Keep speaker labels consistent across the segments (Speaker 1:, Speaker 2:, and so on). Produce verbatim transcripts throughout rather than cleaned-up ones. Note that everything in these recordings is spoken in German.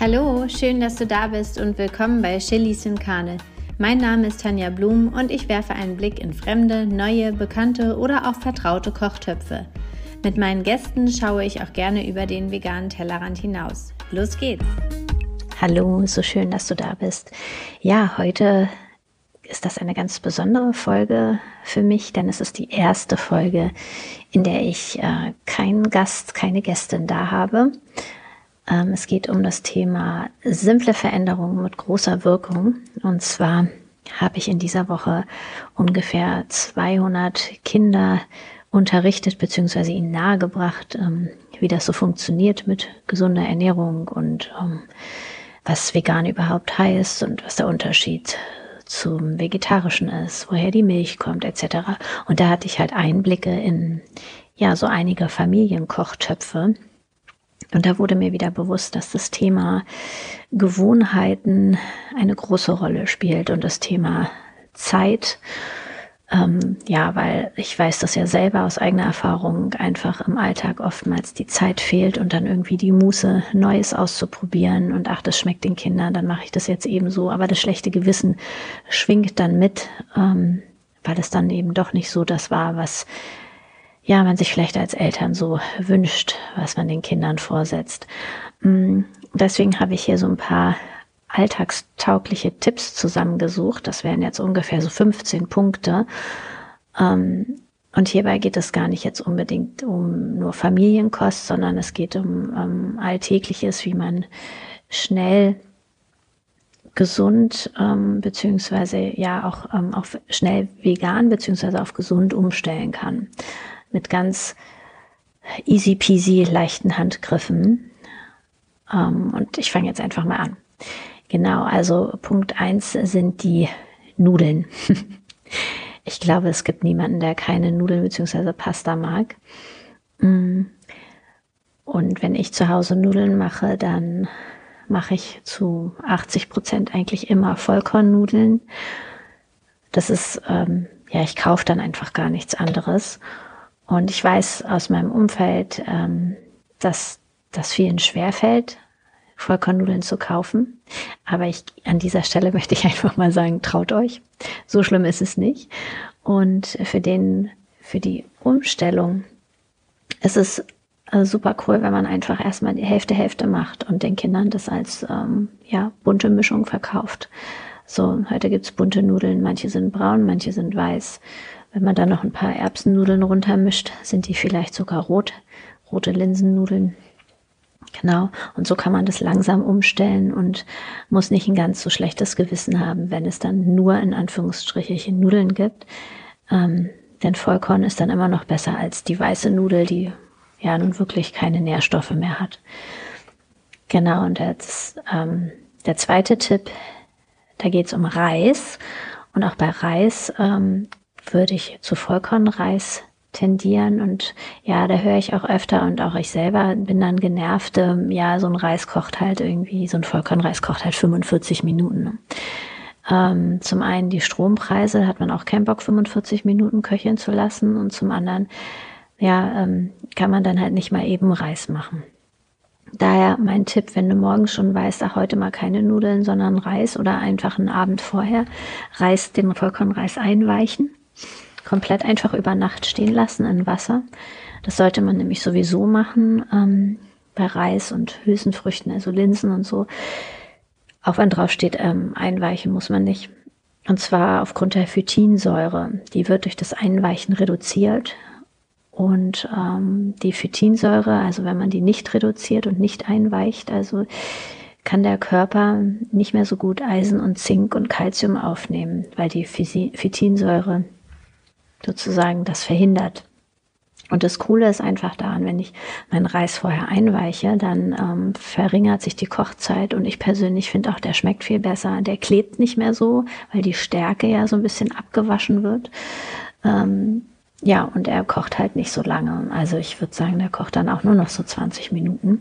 Speaker 1: Hallo, schön, dass du da bist und willkommen bei Chilis in Karne. Mein Name ist Tanja Blum und ich werfe einen Blick in fremde, neue, bekannte oder auch vertraute Kochtöpfe. Mit meinen Gästen schaue ich auch gerne über den veganen Tellerrand hinaus. Los geht's!
Speaker 2: Hallo, so schön, dass du da bist. Ja, heute ist das eine ganz besondere Folge für mich, denn es ist die erste Folge, in der ich äh, keinen Gast, keine Gästin da habe. Ähm, es geht um das Thema simple Veränderungen mit großer Wirkung. Und zwar habe ich in dieser Woche ungefähr zweihundert Kinder unterrichtet bzw. ihnen nahegebracht, ähm, wie das so funktioniert mit gesunder Ernährung und ähm, was vegan überhaupt heißt und was der Unterschied zum Vegetarischen ist, woher die Milch kommt et cetera. Und da hatte ich halt Einblicke in ja so einige Familienkochtöpfe. Und da wurde mir wieder bewusst, dass das Thema Gewohnheiten eine große Rolle spielt und das Thema Zeit. Ähm, ja, weil ich weiß das ja selber aus eigener Erfahrung, einfach im Alltag oftmals die Zeit fehlt und dann irgendwie die Muße, Neues auszuprobieren und ach, das schmeckt den Kindern, dann mache ich das jetzt eben so. Aber das schlechte Gewissen schwingt dann mit, ähm, weil es dann eben doch nicht so das war, was ja man sich vielleicht als Eltern so wünscht, was man den Kindern vorsetzt. Deswegen habe ich hier so ein paar alltagstaugliche Tipps zusammengesucht. Das wären jetzt ungefähr so fünfzehn Punkte. Und hierbei geht es gar nicht jetzt unbedingt um nur Familienkost, sondern es geht um, um Alltägliches, wie man schnell gesund ähm, beziehungsweise ja auch ähm, auf schnell vegan beziehungsweise auf gesund umstellen kann. Mit ganz easy peasy leichten Handgriffen. Ähm, und ich fange jetzt einfach mal an. Genau, also Punkt eins sind die Nudeln. Ich glaube, es gibt niemanden, der keine Nudeln bzw. Pasta mag. Und wenn ich zu Hause Nudeln mache, dann mache ich zu achtzig Prozent eigentlich immer Vollkornnudeln. Das ist, ähm, ja, ich kaufe dann einfach gar nichts anderes. Und ich weiß aus meinem Umfeld, ähm, dass das vielen schwerfällt, Vollkornnudeln zu kaufen. Aber ich, an dieser Stelle möchte ich einfach mal sagen, traut euch. So schlimm ist es nicht. Und für den, für die Umstellung ist es äh, super cool, wenn man einfach erstmal die Hälfte Hälfte macht und den Kindern das als ähm, ja bunte Mischung verkauft. So, heute gibt's bunte Nudeln, manche sind braun, manche sind weiß. Wenn man dann noch ein paar Erbsennudeln runtermischt, sind die vielleicht sogar rot, rote Linsennudeln. Genau, und so kann man das langsam umstellen und muss nicht ein ganz so schlechtes Gewissen haben, wenn es dann nur in Anführungsstrichen Nudeln gibt. Ähm, denn Vollkorn ist dann immer noch besser als die weiße Nudel, die ja nun wirklich keine Nährstoffe mehr hat. Genau, und das, ähm, der zweite Tipp, da geht es um Reis. Und auch bei Reis ähm, würde ich zu Vollkornreis tendieren. Und ja, da höre ich auch öfter und auch ich selber bin dann genervt, ähm, ja, so ein Reis kocht halt irgendwie, so ein Vollkornreis kocht halt fünfundvierzig Minuten. Ähm, zum einen die Strompreise, hat man auch keinen Bock, fünfundvierzig Minuten köcheln zu lassen. Und zum anderen, ja, ähm, kann man dann halt nicht mal eben Reis machen. Daher mein Tipp, wenn du morgens schon weißt, ach, heute mal keine Nudeln, sondern Reis oder einfach einen Abend vorher, Reis, den Vollkornreis einweichen, komplett einfach über Nacht stehen lassen in Wasser. Das sollte man nämlich sowieso machen, ähm, bei Reis und Hülsenfrüchten, also Linsen und so. Auch wenn drauf steht, ähm, einweichen muss man nicht. Und zwar aufgrund der Phytinsäure. Die wird durch das Einweichen reduziert. Und ähm, die Phytinsäure, also wenn man die nicht reduziert und nicht einweicht, also kann der Körper nicht mehr so gut Eisen und Zink und Calcium aufnehmen, weil die Phytinsäure sozusagen das verhindert. Und das Coole ist einfach daran, wenn ich meinen Reis vorher einweiche, dann ähm, verringert sich die Kochzeit und ich persönlich finde auch, der schmeckt viel besser. Der klebt nicht mehr so, weil die Stärke ja so ein bisschen abgewaschen wird. Ähm, Ja, und er kocht halt nicht so lange. Also ich würde sagen, der kocht dann auch nur noch so zwanzig Minuten.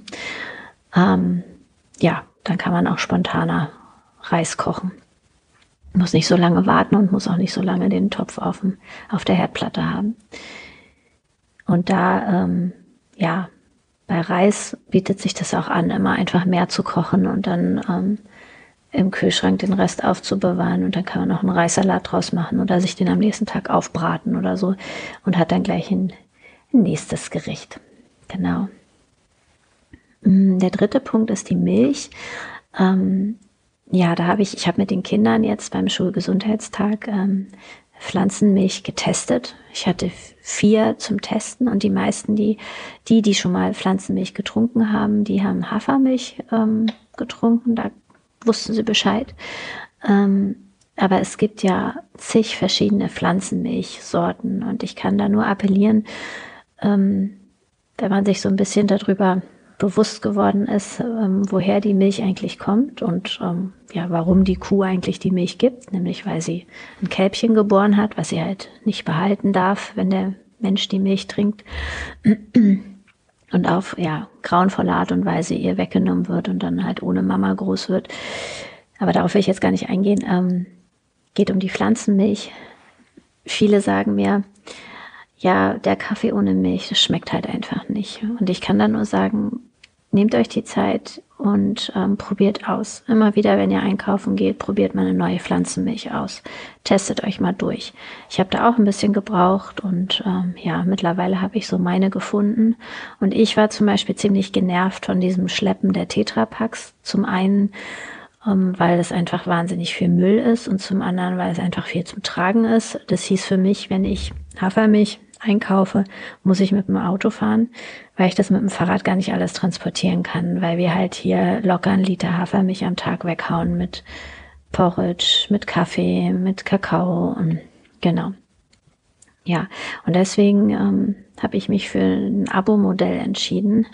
Speaker 2: Ähm, ja, dann kann man auch spontaner Reis kochen. Muss nicht so lange warten und muss auch nicht so lange den Topf auf, dem, auf der Herdplatte haben. Und da, ähm, ja, bei Reis bietet sich das auch an, immer einfach mehr zu kochen und dann ähm, im Kühlschrank den Rest aufzubewahren und dann kann man noch einen Reissalat draus machen oder sich den am nächsten Tag aufbraten oder so und hat dann gleich ein, ein nächstes Gericht. Genau. Der dritte Punkt ist die Milch. Ähm, ja, da habe ich, ich habe mit den Kindern jetzt beim Schulgesundheitstag ähm, Pflanzenmilch getestet. Ich hatte vier zum Testen und die meisten, die, die, die schon mal Pflanzenmilch getrunken haben, die haben Hafermilch ähm, getrunken. Da wussten sie Bescheid. Ähm, aber es gibt ja zig verschiedene Pflanzenmilchsorten und ich kann da nur appellieren, ähm, wenn man sich so ein bisschen darüber bewusst geworden ist, ähm, woher die Milch eigentlich kommt und ähm, ja, warum die Kuh eigentlich die Milch gibt, nämlich weil sie ein Kälbchen geboren hat, was sie halt nicht behalten darf, wenn der Mensch die Milch trinkt und auf ja grauenvolle Art und Weise ihr weggenommen wird und dann halt ohne Mama groß wird. Aber darauf will ich jetzt gar nicht eingehen. Ähm, geht um die Pflanzenmilch. Viele sagen mir, ja, der Kaffee ohne Milch, das schmeckt halt einfach nicht. Und ich kann dann nur sagen, nehmt euch die Zeit und ähm, probiert aus. Immer wieder, wenn ihr einkaufen geht, probiert mal eine neue Pflanzenmilch aus. Testet euch mal durch. Ich habe da auch ein bisschen gebraucht und ähm, ja, mittlerweile habe ich so meine gefunden. Und ich war zum Beispiel ziemlich genervt von diesem Schleppen der Tetrapacks. Zum einen, ähm, weil es einfach wahnsinnig viel Müll ist und zum anderen, weil es einfach viel zum Tragen ist. Das hieß für mich, wenn ich Hafermilch einkaufe, muss ich mit dem Auto fahren, weil ich das mit dem Fahrrad gar nicht alles transportieren kann, weil wir halt hier locker einen Liter Hafermilch am Tag weghauen mit Porridge, mit Kaffee, mit Kakao und genau. Ja, und deswegen ähm, habe ich mich für ein Abo-Modell entschieden.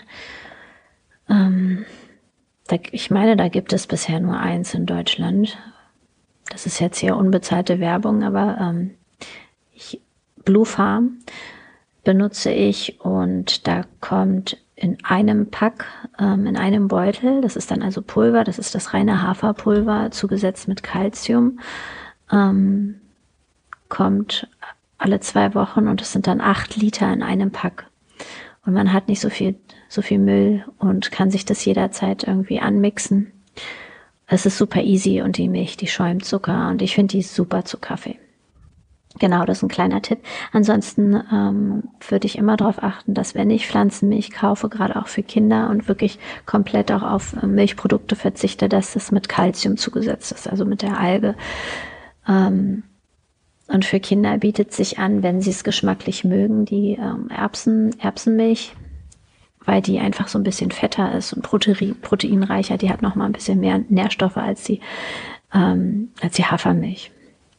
Speaker 2: Ähm, da, ich meine, da gibt es bisher nur eins in Deutschland. Das ist jetzt hier unbezahlte Werbung, aber ähm, ich Blue Farm benutze ich und da kommt in einem Pack, ähm, in einem Beutel, das ist dann also Pulver, das ist das reine Haferpulver, zugesetzt mit Calcium, ähm, kommt alle zwei Wochen und es sind dann acht Liter in einem Pack. Und man hat nicht so viel, so viel Müll und kann sich das jederzeit irgendwie anmixen. Es ist super easy und die Milch, die schäumt Zucker und ich finde die super zu Kaffee. Genau, das ist ein kleiner Tipp. Ansonsten ähm, würde ich immer darauf achten, dass wenn ich Pflanzenmilch kaufe, gerade auch für Kinder und wirklich komplett auch auf äh, Milchprodukte verzichte, dass das mit Calcium zugesetzt ist, also mit der Alge. Ähm, und für Kinder bietet sich an, wenn sie es geschmacklich mögen, die ähm, Erbsen, Erbsenmilch, weil die einfach so ein bisschen fetter ist und protein, proteinreicher. Die hat noch mal ein bisschen mehr Nährstoffe als die, ähm, als die Hafermilch.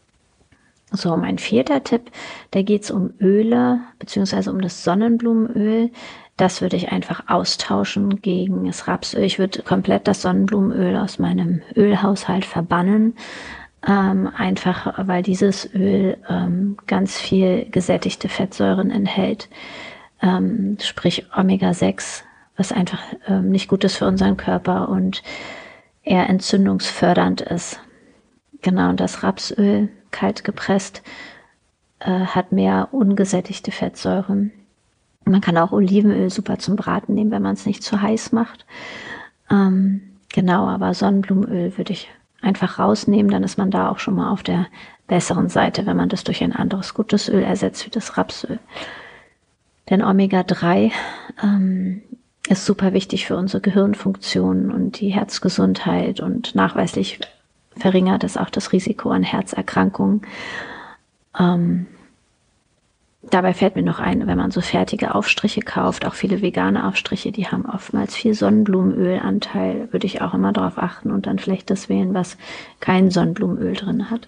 Speaker 2: So, mein vierter Tipp, da geht es um Öle, beziehungsweise um das Sonnenblumenöl. Das würde ich einfach austauschen gegen das Rapsöl. Ich würde komplett das Sonnenblumenöl aus meinem Ölhaushalt verbannen. Ähm, einfach, weil dieses Öl ähm, ganz viel gesättigte Fettsäuren enthält. Ähm, sprich Omega sechs, was einfach ähm, nicht gut ist für unseren Körper und eher entzündungsfördernd ist. Genau, und das Rapsöl, kalt gepresst, äh, hat mehr ungesättigte Fettsäuren. Man kann auch Olivenöl super zum Braten nehmen, wenn man es nicht zu heiß macht. Ähm, genau, aber Sonnenblumenöl würde ich einfach rausnehmen, dann ist man da auch schon mal auf der besseren Seite, wenn man das durch ein anderes gutes Öl ersetzt, wie das Rapsöl. Denn Omega drei ähm, ist super wichtig für unsere Gehirnfunktion und die Herzgesundheit und nachweislich verringert es auch das Risiko an Herzerkrankungen. Ähm, dabei fällt mir noch ein, wenn man so fertige Aufstriche kauft, auch viele vegane Aufstriche, die haben oftmals viel Sonnenblumenölanteil, würde ich auch immer darauf achten und dann vielleicht das wählen, was kein Sonnenblumenöl drin hat.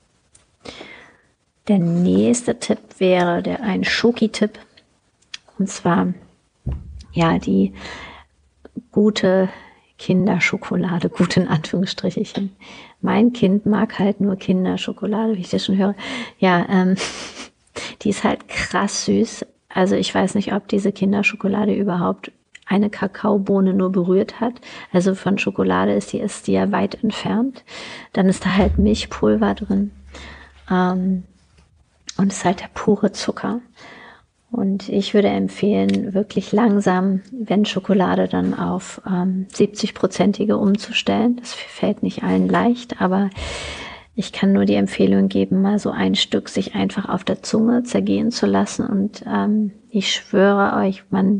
Speaker 2: Der nächste Tipp wäre der ein Schoki-Tipp, und zwar ja die gute Kinderschokolade, gut in Anführungsstrichen. Mein Kind mag halt nur Kinderschokolade, wie ich das schon höre. Ja, ähm, die ist halt krass süß. Also ich weiß nicht, ob diese Kinderschokolade überhaupt eine Kakaobohne nur berührt hat. Also von Schokolade ist die, ist die ja weit entfernt. Dann ist da halt Milchpulver drin. Ähm, und es ist halt der pure Zucker. Und ich würde empfehlen, wirklich langsam, wenn Schokolade, dann auf ähm, siebzig-prozentige umzustellen. Das fällt nicht allen leicht, aber ich kann nur die Empfehlung geben, mal so ein Stück sich einfach auf der Zunge zergehen zu lassen. Und ähm, ich schwöre euch, man,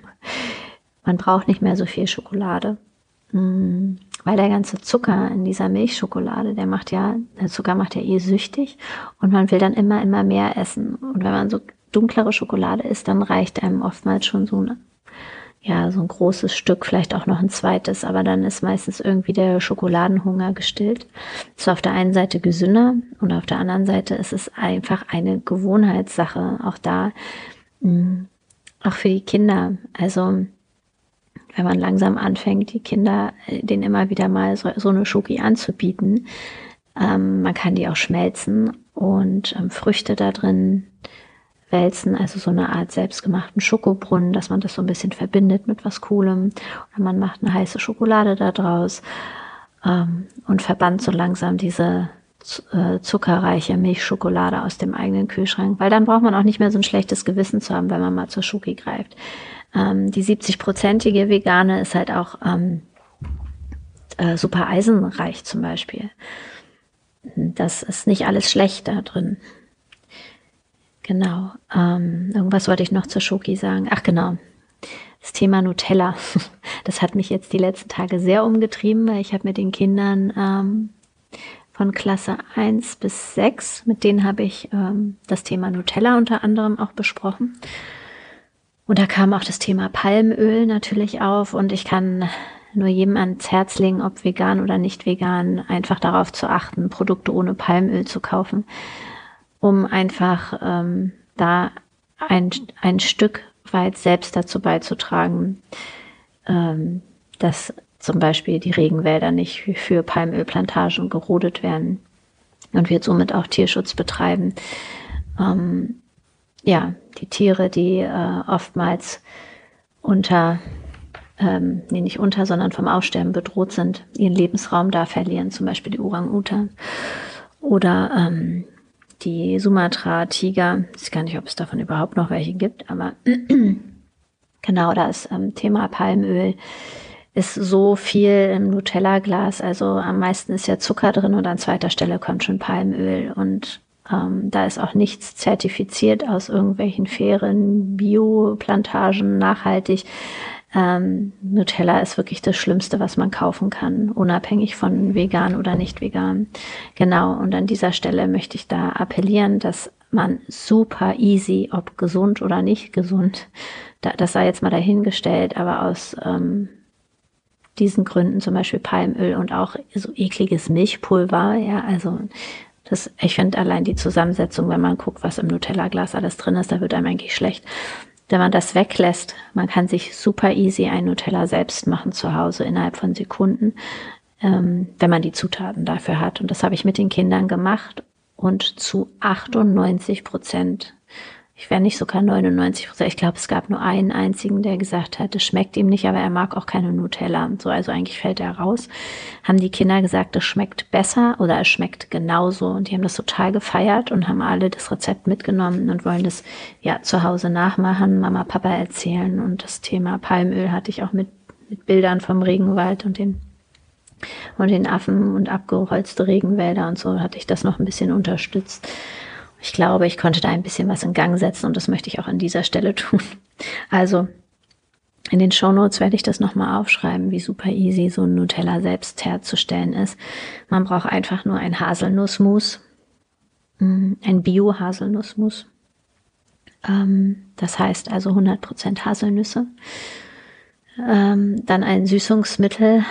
Speaker 2: man braucht nicht mehr so viel Schokolade. Mm, weil der ganze Zucker in dieser Milchschokolade, der macht ja, der Zucker macht ja eh süchtig und man will dann immer, immer mehr essen. Und wenn man so dunklere Schokolade isst, dann reicht einem oftmals schon so ein, ja, so ein großes Stück, vielleicht auch noch ein zweites, aber dann ist meistens irgendwie der Schokoladenhunger gestillt. Ist auf der einen Seite gesünder und auf der anderen Seite ist es einfach eine Gewohnheitssache, auch da, mh, auch für die Kinder. Also, wenn man langsam anfängt, die Kinder, denen immer wieder mal so, so eine Schoki anzubieten, ähm, man kann die auch schmelzen und ähm, Früchte da drin wälzen, also so eine Art selbstgemachten Schokobrunnen, dass man das so ein bisschen verbindet mit was Coolem. Und man macht eine heiße Schokolade da draus ähm, und verbannt so langsam diese äh, zuckerreiche Milchschokolade aus dem eigenen Kühlschrank, weil dann braucht man auch nicht mehr so ein schlechtes Gewissen zu haben, wenn man mal zur Schoki greift. Ähm, die siebzig-prozentige vegane ist halt auch ähm, äh, super eisenreich zum Beispiel. Das ist nicht alles schlecht da drin. Genau. Ähm, irgendwas wollte ich noch zur Schoki sagen. Ach genau, das Thema Nutella. Das hat mich jetzt die letzten Tage sehr umgetrieben, weil ich habe mit den Kindern ähm, von Klasse eins bis sechs, mit denen habe ich ähm, das Thema Nutella unter anderem auch besprochen. Und da kam auch das Thema Palmöl natürlich auf und ich kann nur jedem ans Herz legen, ob vegan oder nicht vegan, einfach darauf zu achten, Produkte ohne Palmöl zu kaufen, um einfach ähm, da ein, ein Stück weit selbst dazu beizutragen, ähm, dass zum Beispiel die Regenwälder nicht für Palmölplantagen gerodet werden und wir somit auch Tierschutz betreiben. Ähm, ja, die Tiere, die äh, oftmals unter, ähm, nee, nicht unter, sondern vom Aussterben bedroht sind, ihren Lebensraum da verlieren, zum Beispiel die Orang-Utan oder ähm, die Sumatra-Tiger. Ich weiß gar nicht, ob es davon überhaupt noch welche gibt, aber genau, das ähm, Thema Palmöl ist so viel im Nutella-Glas, also am meisten ist ja Zucker drin und an zweiter Stelle kommt schon Palmöl und ähm, da ist auch nichts zertifiziert aus irgendwelchen fairen Bioplantagen, nachhaltig. Ähm, Nutella ist wirklich das Schlimmste, was man kaufen kann, unabhängig von vegan oder nicht vegan. Genau, und an dieser Stelle möchte ich da appellieren, dass man super easy, ob gesund oder nicht gesund, da, das sei jetzt mal dahingestellt, aber aus ähm, diesen Gründen, zum Beispiel Palmöl und auch so ekliges Milchpulver, ja, also das, ich finde allein die Zusammensetzung, wenn man guckt, was im Nutella-Glas alles drin ist, da wird einem eigentlich schlecht. Wenn man das weglässt, man kann sich super easy ein Nutella selbst machen zu Hause innerhalb von Sekunden, ähm, wenn man die Zutaten dafür hat. Und das habe ich mit den Kindern gemacht und zu achtundneunzig Prozent, ich wäre nicht sogar neunundneunzig Prozent, ich glaube, es gab nur einen einzigen, der gesagt hat, es schmeckt ihm nicht, aber er mag auch keine Nutella. So, also eigentlich fällt er raus. Haben die Kinder gesagt, es schmeckt besser oder es schmeckt genauso. Und die haben das total gefeiert und haben alle das Rezept mitgenommen und wollen das ja zu Hause nachmachen, Mama, Papa erzählen. Und das Thema Palmöl hatte ich auch mit, mit Bildern vom Regenwald und den und den Affen und abgeholzte Regenwälder und so hatte ich das noch ein bisschen unterstützt. Ich glaube, ich konnte da ein bisschen was in Gang setzen und das möchte ich auch an dieser Stelle tun. Also in den Shownotes werde ich das nochmal aufschreiben, wie super easy so ein Nutella selbst herzustellen ist. Man braucht einfach nur ein Haselnussmus, ein Bio-Haselnussmus. Das heißt also hundert Prozent Haselnüsse. Dann ein Süßungsmittel,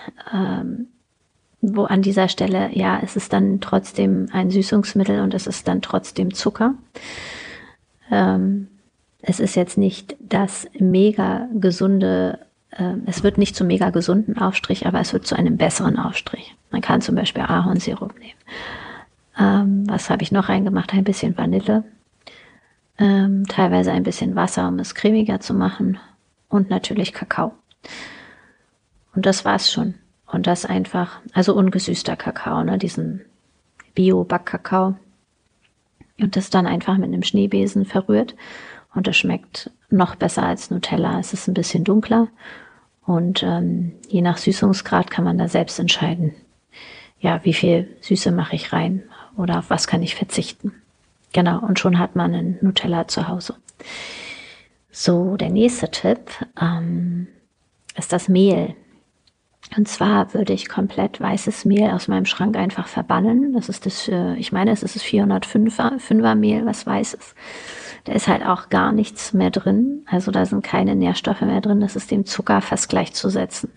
Speaker 2: wo an dieser Stelle, ja, es ist dann trotzdem ein Süßungsmittel und es ist dann trotzdem Zucker. Ähm, es ist jetzt nicht das mega gesunde, äh, es wird nicht zum mega gesunden Aufstrich, aber es wird zu einem besseren Aufstrich. Man kann zum Beispiel Ahornsirup nehmen. Ähm, was habe ich noch reingemacht? Ein bisschen Vanille, ähm, teilweise ein bisschen Wasser, um es cremiger zu machen und natürlich Kakao. Und das war's schon. Und das einfach, also ungesüßter Kakao, ne, diesen Bio-Backkakao. Und das dann einfach mit einem Schneebesen verrührt und es schmeckt noch besser als Nutella. Es ist ein bisschen dunkler und ähm, je nach Süßungsgrad kann man da selbst entscheiden, ja, wie viel Süße mache ich rein oder auf was kann ich verzichten. Genau, und schon hat man einen Nutella zu Hause. So, der nächste Tipp ähm, ist das Mehl. Und zwar würde ich komplett weißes Mehl aus meinem Schrank einfach verbannen. Das ist das, ich meine, es ist das vierhundertfünfer Mehl, was weiß ist. Da ist halt auch gar nichts mehr drin. Also da sind keine Nährstoffe mehr drin. Das ist dem Zucker fast gleichzusetzen.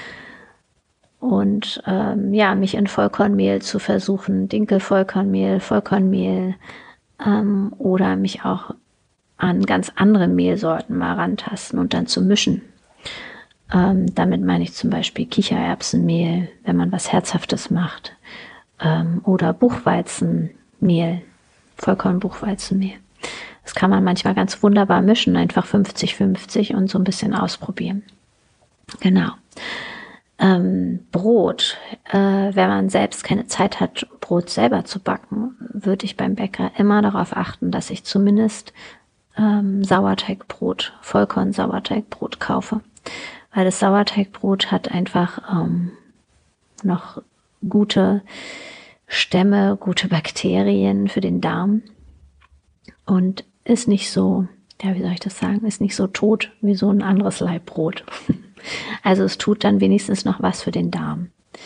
Speaker 2: Und ähm, ja, mich in Vollkornmehl zu versuchen, Dinkel-Vollkornmehl, Vollkornmehl ähm, oder mich auch an ganz andere Mehlsorten mal rantasten und dann zu mischen. Ähm, damit meine ich zum Beispiel Kichererbsenmehl, wenn man was Herzhaftes macht. Ähm, oder Buchweizenmehl, Vollkornbuchweizenmehl. Das kann man manchmal ganz wunderbar mischen, einfach fünfzig fünfzig und so ein bisschen ausprobieren. Genau. Ähm, Brot, äh, wenn man selbst keine Zeit hat, Brot selber zu backen, würde ich beim Bäcker immer darauf achten, dass ich zumindest ähm, Sauerteigbrot, Vollkorn-Sauerteigbrot kaufe. Weil das Sauerteigbrot hat einfach ähm, noch gute Stämme, gute Bakterien für den Darm und ist nicht so, ja, wie soll ich das sagen, ist nicht so tot wie so ein anderes Laibbrot. Also es tut dann wenigstens noch was für den Darm.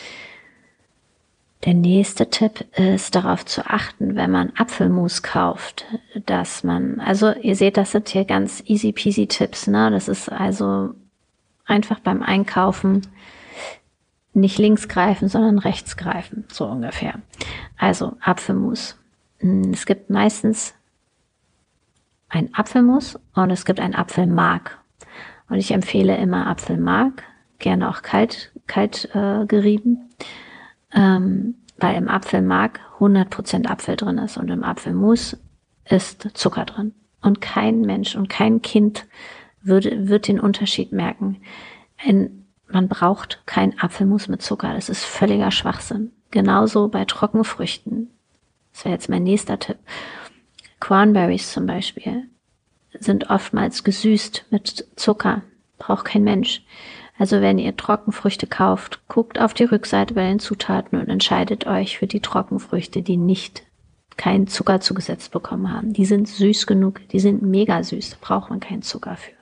Speaker 2: Der nächste Tipp ist, darauf zu achten, wenn man Apfelmus kauft, dass man, also ihr seht, das sind hier ganz easy peasy Tipps, ne? Das ist also einfach beim Einkaufen nicht links greifen, sondern rechts greifen, so ungefähr. Also Apfelmus. Es gibt meistens ein Apfelmus und es gibt ein Apfelmark. Und ich empfehle immer Apfelmark, gerne auch kalt, kalt äh, gerieben, ähm, weil im Apfelmark hundert Prozent Apfel drin ist und im Apfelmus ist Zucker drin. Und kein Mensch und kein Kind würde, wird den Unterschied merken. Ein, man braucht kein Apfelmus mit Zucker. Das ist völliger Schwachsinn. Genauso bei Trockenfrüchten. Das wäre jetzt mein nächster Tipp. Cranberries zum Beispiel sind oftmals gesüßt mit Zucker. Braucht kein Mensch. Also wenn ihr Trockenfrüchte kauft, guckt auf die Rückseite bei den Zutaten und entscheidet euch für die Trockenfrüchte, die nicht keinen Zucker zugesetzt bekommen haben. Die sind süß genug, die sind mega süß, da braucht man keinen Zucker für.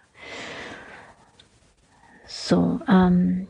Speaker 2: So, ähm,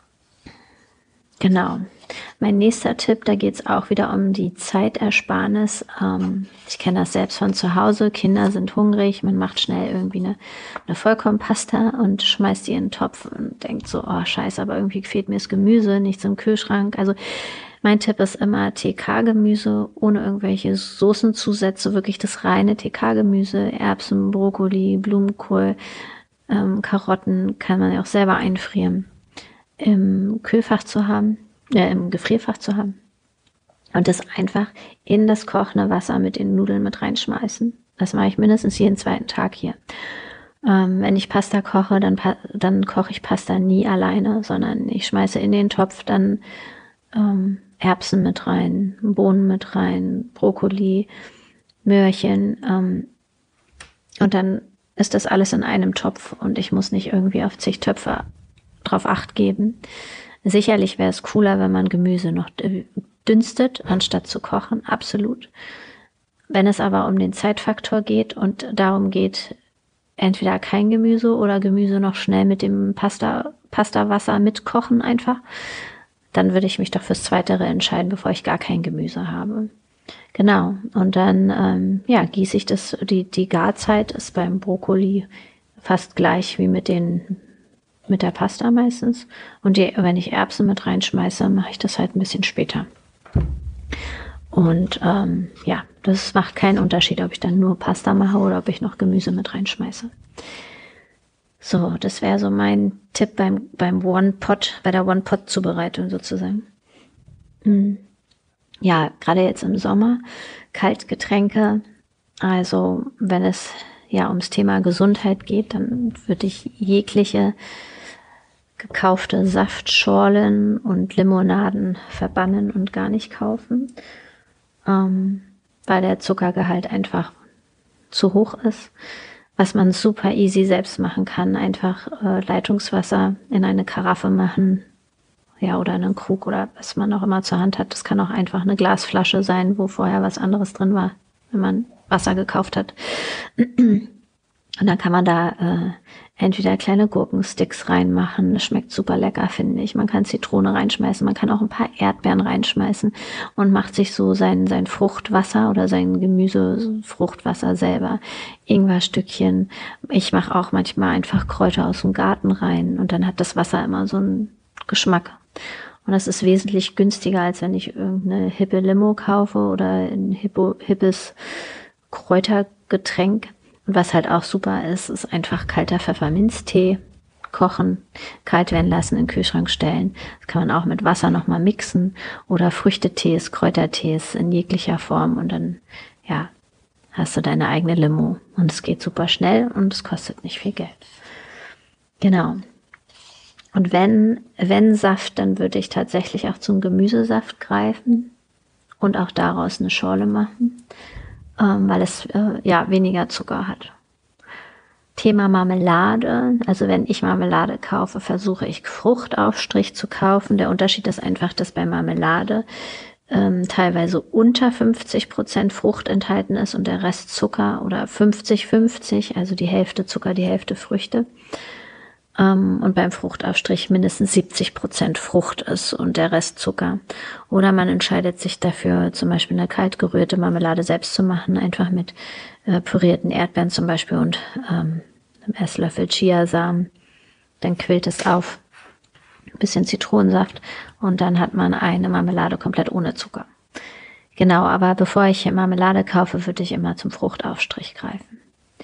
Speaker 2: genau. Mein nächster Tipp, da geht es auch wieder um die Zeitersparnis. Ähm, ich kenne das selbst von zu Hause. Kinder sind hungrig, man macht schnell irgendwie eine, eine Vollkornpasta und schmeißt die in den Topf und denkt so, oh scheiße, aber irgendwie fehlt mir das Gemüse, nichts im Kühlschrank. Also mein Tipp ist immer T K-Gemüse ohne irgendwelche Soßenzusätze, wirklich das reine T K-Gemüse, Erbsen, Brokkoli, Blumenkohl, ähm, Karotten kann man ja auch selber einfrieren, im Kühlfach zu haben, äh, im Gefrierfach zu haben und das einfach in das kochende Wasser mit den Nudeln mit reinschmeißen. Das mache ich mindestens jeden zweiten Tag hier. Ähm, wenn ich Pasta koche, dann, dann koche ich Pasta nie alleine, sondern ich schmeiße in den Topf dann ähm, Erbsen mit rein, Bohnen mit rein, Brokkoli, Möhrchen ähm, und dann ist das alles in einem Topf und ich muss nicht irgendwie auf zig Töpfe drauf Acht geben. Sicherlich wäre es cooler, wenn man Gemüse noch dünstet, anstatt zu kochen, absolut. Wenn es aber um den Zeitfaktor geht und darum geht, entweder kein Gemüse oder Gemüse noch schnell mit dem Pasta, Pastawasser mitkochen einfach, dann würde ich mich doch fürs Zweitere entscheiden, bevor ich gar kein Gemüse habe. Genau, und dann ähm, ja, gieße ich das, die, die Garzeit ist beim Brokkoli fast gleich wie mit den mit der Pasta meistens. Und die, wenn ich Erbsen mit reinschmeiße, mache ich das halt ein bisschen später. Und ähm, ja, das macht keinen Unterschied, ob ich dann nur Pasta mache oder ob ich noch Gemüse mit reinschmeiße. So, das wäre so mein Tipp beim, beim One-Pot, bei der One-Pot-Zubereitung sozusagen. Mhm. Ja, gerade jetzt im Sommer, Kaltgetränke, also wenn es ja ums Thema Gesundheit geht, dann würde ich jegliche gekaufte Saftschorlen und Limonaden verbannen und gar nicht kaufen, ähm, weil der Zuckergehalt einfach zu hoch ist. was man super easy selbst machen kann, einfach äh, Leitungswasser in eine Karaffe machen, ja, oder einen Krug oder was man auch immer zur Hand hat. Das kann auch einfach eine Glasflasche sein, wo vorher was anderes drin war, wenn man Wasser gekauft hat. Und dann kann man da äh, entweder kleine Gurkensticks reinmachen. Das schmeckt super lecker, finde ich. Man kann Zitrone reinschmeißen, man kann auch ein paar Erdbeeren reinschmeißen und macht sich so sein, sein Fruchtwasser oder sein Gemüsefruchtwasser selber. Ingwerstückchen. Ich mache auch manchmal einfach Kräuter aus dem Garten rein und dann hat das Wasser immer so einen Geschmack. Und das ist wesentlich günstiger, als wenn ich irgendeine hippe Limo kaufe oder ein hippo, hippes Kräutergetränk. Und was halt auch super ist, ist einfach kalter Pfefferminztee kochen, kalt werden lassen, in den Kühlschrank stellen. Das kann man auch mit Wasser nochmal mixen oder Früchtetees, Kräutertees in jeglicher Form und dann, ja, hast du deine eigene Limo. Und es geht super schnell und es kostet nicht viel Geld. Genau. Und wenn, wenn Saft, dann würde ich tatsächlich auch zum Gemüsesaft greifen und auch daraus eine Schorle machen, ähm, weil es äh, ja weniger Zucker hat. Thema Marmelade. Also wenn ich Marmelade kaufe, versuche ich Fruchtaufstrich zu kaufen. Der Unterschied ist einfach, dass bei Marmelade ähm, teilweise unter fünfzig Prozent Frucht enthalten ist und der Rest Zucker oder fünfzig fünfzig, also die Hälfte Zucker, die Hälfte Früchte. Und beim Fruchtaufstrich mindestens siebzig Prozent Frucht ist und der Rest Zucker. Oder man entscheidet sich dafür, zum Beispiel eine kalt gerührte Marmelade selbst zu machen, einfach mit äh, pürierten Erdbeeren zum Beispiel und ähm, einem Esslöffel Chiasamen. Dann quillt es auf, ein bisschen Zitronensaft und dann hat man eine Marmelade komplett ohne Zucker. Genau, aber bevor ich Marmelade kaufe, würde ich immer zum Fruchtaufstrich greifen.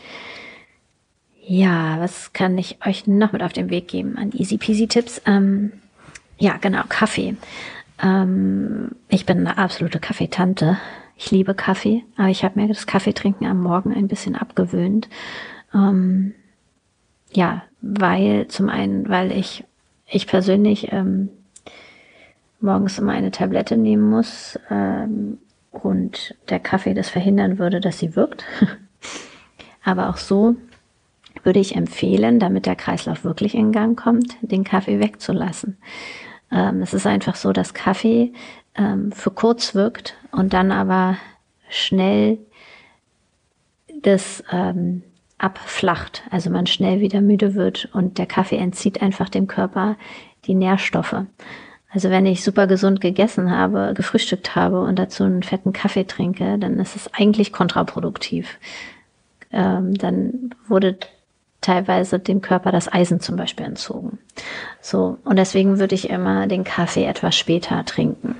Speaker 2: Ja, was kann ich euch noch mit auf den Weg geben an easy peasy Tipps? Ähm, ja, genau, Kaffee. Ähm, ich bin eine absolute Kaffeetante. Ich liebe Kaffee, aber ich habe mir das Kaffeetrinken am Morgen ein bisschen abgewöhnt. Ähm, ja, weil zum einen, weil ich, ich persönlich ähm, morgens immer eine Tablette nehmen muss ähm, und der Kaffee das verhindern würde, dass sie wirkt. Aber auch so würde ich empfehlen, damit der Kreislauf wirklich in Gang kommt, den Kaffee wegzulassen. Ähm, es ist einfach so, dass Kaffee ähm, für kurz wirkt und dann aber schnell das ähm, abflacht. Also man schnell wieder müde wird und der Kaffee entzieht einfach dem Körper die Nährstoffe. Also wenn ich super gesund gegessen habe, gefrühstückt habe und dazu einen fetten Kaffee trinke, dann ist es eigentlich kontraproduktiv. Ähm, dann wurde teilweise dem Körper das Eisen zum Beispiel entzogen. So, und deswegen würde ich immer den Kaffee etwas später trinken.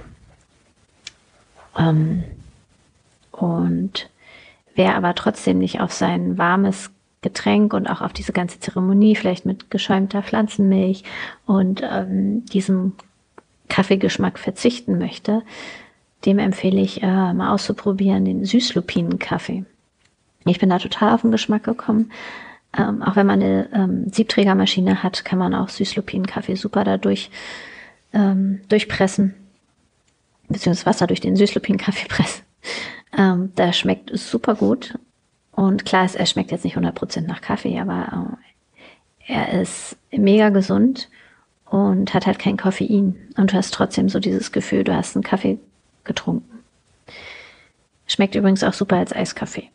Speaker 2: Ähm, und wer aber trotzdem nicht auf sein warmes Getränk und auch auf diese ganze Zeremonie, vielleicht mit geschäumter Pflanzenmilch und ähm, diesem Kaffeegeschmack verzichten möchte, dem empfehle ich äh, mal auszuprobieren den Süßlupinenkaffee. Ich bin da total auf den Geschmack gekommen. Ähm, auch wenn man eine ähm, Siebträgermaschine hat, kann man auch Süßlupinenkaffee super dadurch ähm, durchpressen, beziehungsweise Wasser durch den Süßlupinenkaffee pressen. Ähm, da schmeckt es super gut. Und klar, es, er schmeckt jetzt nicht hundert Prozent nach Kaffee, aber äh, er ist mega gesund und hat halt kein Koffein. Und du hast trotzdem so dieses Gefühl, du hast einen Kaffee getrunken. Schmeckt übrigens auch super als Eiskaffee.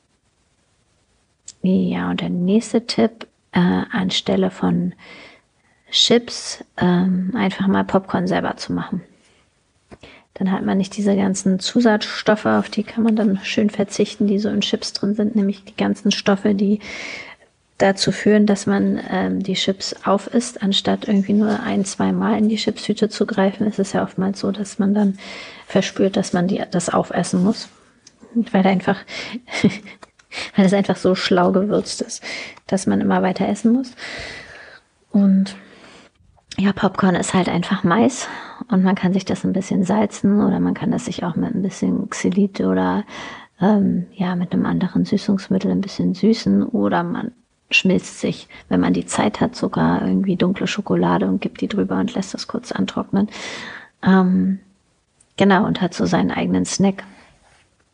Speaker 2: Ja, und der nächste Tipp, äh, anstelle von Chips, ähm, einfach mal Popcorn selber zu machen. Dann hat man nicht diese ganzen Zusatzstoffe, auf die kann man dann schön verzichten, die so in Chips drin sind, nämlich die ganzen Stoffe, die dazu führen, dass man ähm, die Chips aufisst, anstatt irgendwie nur ein, zwei Mal in die Chipstüte zu greifen. Es ist ja oftmals so, dass man dann verspürt, dass man die, das aufessen muss, weil einfach... weil es einfach so schlau gewürzt ist, dass man immer weiter essen muss. Und ja, Popcorn ist halt einfach Mais und man kann sich das ein bisschen salzen oder man kann das sich auch mit ein bisschen Xylit oder ähm, ja mit einem anderen Süßungsmittel ein bisschen süßen oder man schmilzt sich, wenn man die Zeit hat, sogar irgendwie dunkle Schokolade und gibt die drüber und lässt das kurz antrocknen. Ähm, genau, und hat so seinen eigenen Snack.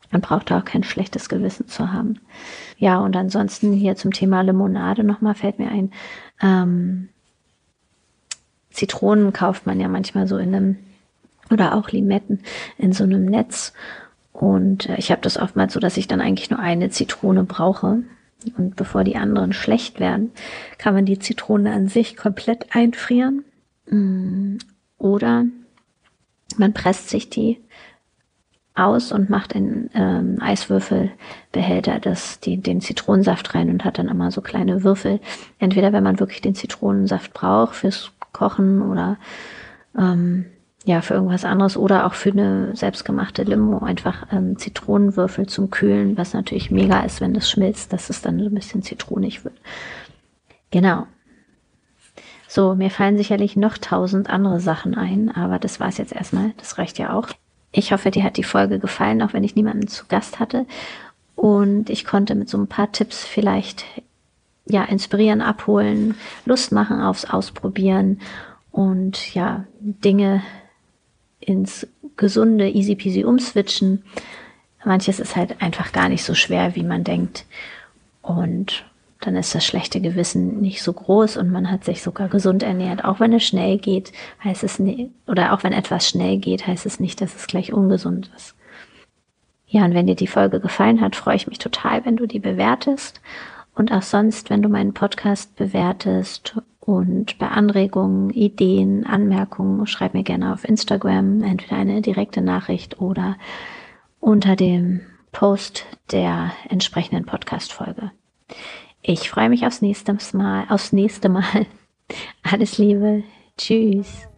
Speaker 2: Man braucht da auch kein schlechtes Gewissen zu haben. Ja, und ansonsten hier zum Thema Limonade nochmal fällt mir ein, ähm, Zitronen kauft man ja manchmal so in einem, oder auch Limetten in so einem Netz. Und äh, ich habe das oftmals so, dass ich dann eigentlich nur eine Zitrone brauche. Und bevor die anderen schlecht werden, kann man die Zitrone an sich komplett einfrieren. Oder man presst sich die aus und macht in ähm, Eiswürfelbehälter das, die, den Zitronensaft rein und hat dann immer so kleine Würfel. Entweder wenn man wirklich den Zitronensaft braucht fürs Kochen oder ähm, ja für irgendwas anderes oder auch für eine selbstgemachte Limo einfach ähm, Zitronenwürfel zum Kühlen, was natürlich mega ist, wenn das schmilzt, dass es dann so ein bisschen zitronig wird. Genau. So, mir fallen sicherlich noch tausend andere Sachen ein, aber das war es jetzt erstmal. Das reicht ja auch. Ich hoffe, dir hat die Folge gefallen, auch wenn ich niemanden zu Gast hatte. Und ich konnte mit so ein paar Tipps vielleicht ja inspirieren, abholen, Lust machen aufs Ausprobieren und ja Dinge ins gesunde Easy Peasy umswitchen. Manches ist halt einfach gar nicht so schwer, wie man denkt. Und dann ist das schlechte Gewissen nicht so groß und man hat sich sogar gesund ernährt. Auch wenn es schnell geht, heißt es nicht, oder auch wenn etwas schnell geht, heißt es nicht, dass es gleich ungesund ist. Ja, und wenn dir die Folge gefallen hat, freue ich mich total, wenn du die bewertest. Und auch sonst, wenn du meinen Podcast bewertest und bei Anregungen, Ideen, Anmerkungen, schreib mir gerne auf Instagram, entweder eine direkte Nachricht oder unter dem Post der entsprechenden Podcast-Folge. Ich freue mich aufs nächste Mal, aufs nächste Mal. Alles Liebe. Tschüss.